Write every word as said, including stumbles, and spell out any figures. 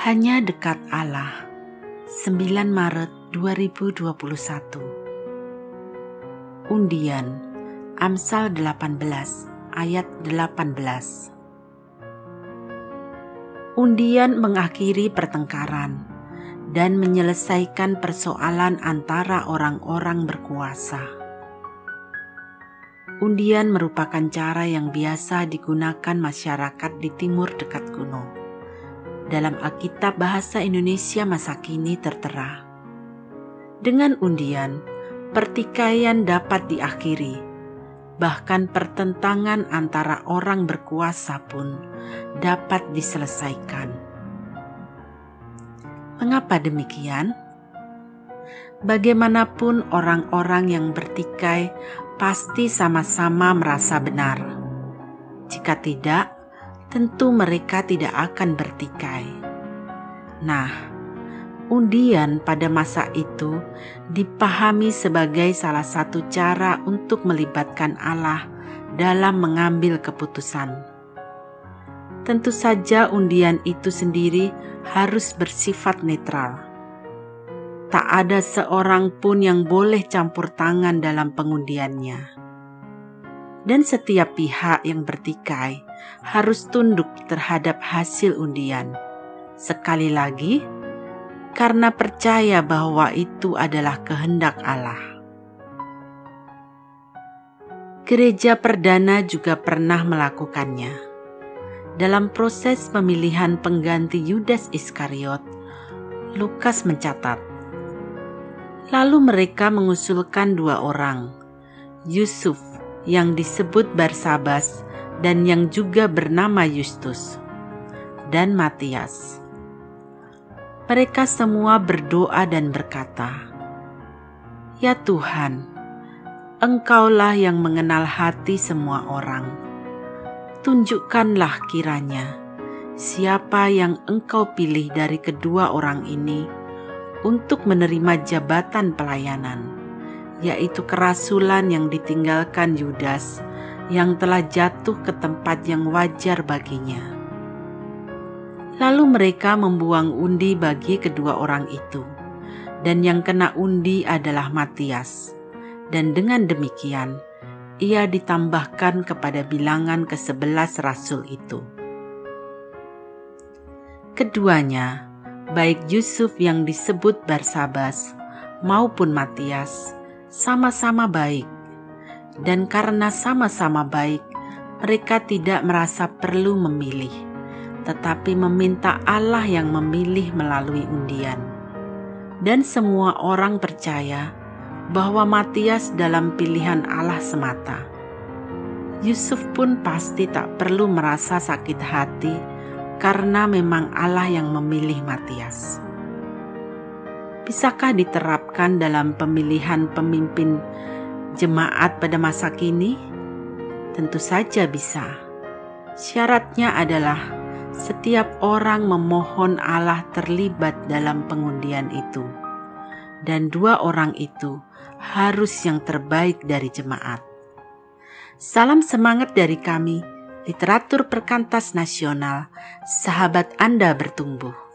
Hanya dekat Allah, sembilan Maret dua ribu dua puluh satu. Undian, Amsal delapan belas ayat delapan belas. Undian mengakhiri pertengkaran dan menyelesaikan persoalan antara orang-orang berkuasa. Undian merupakan cara yang biasa digunakan masyarakat di timur dekat kuno. Dalam Alkitab Bahasa Indonesia masa kini tertera, dengan undian, pertikaian dapat diakhiri, bahkan pertentangan antara orang berkuasa pun dapat diselesaikan. Mengapa demikian? Bagaimanapun orang-orang yang bertikai pasti sama-sama merasa benar. Jika tidak, tentu mereka tidak akan bertikai. Nah, undian pada masa itu dipahami sebagai salah satu cara untuk melibatkan Allah dalam mengambil keputusan. Tentu saja undian itu sendiri harus bersifat netral. Tak ada seorang pun yang boleh campur tangan dalam pengundiannya. Dan setiap pihak yang bertikai harus tunduk terhadap hasil undian. Sekali lagi, karena percaya bahwa itu adalah kehendak Allah. Gereja perdana juga pernah melakukannya. Dalam proses pemilihan pengganti Yudas Iskariot, Lukas mencatat, lalu mereka mengusulkan dua orang, Yusuf yang disebut Barsabas dan yang juga bernama Yustus, dan Matias. Mereka semua berdoa dan berkata, "Ya Tuhan, Engkaulah yang mengenal hati semua orang. Tunjukkanlah kiranya siapa yang Engkau pilih dari kedua orang ini untuk menerima jabatan pelayanan, yaitu kerasulan yang ditinggalkan Yudas yang telah jatuh ke tempat yang wajar baginya." Lalu mereka membuang undi bagi kedua orang itu, dan yang kena undi adalah Matias. Dan dengan demikian, ia ditambahkan kepada bilangan kesebelas rasul itu. Keduanya, baik Yusuf yang disebut Barsabas maupun Matias, sama-sama baik, dan karena sama-sama baik, mereka tidak merasa perlu memilih, tetapi meminta Allah yang memilih melalui undian. Dan semua orang percaya bahwa Matias dalam pilihan Allah semata. Yusuf pun pasti tak perlu merasa sakit hati karena memang Allah yang memilih Matias. Bisakah diterapkan dalam pemilihan pemimpin jemaat pada masa kini? Tentu saja bisa. Syaratnya adalah setiap orang memohon Allah terlibat dalam pengundian itu, dan dua orang itu harus yang terbaik dari jemaat. Salam semangat dari kami, Literatur Perkantas Nasional, sahabat Anda bertumbuh.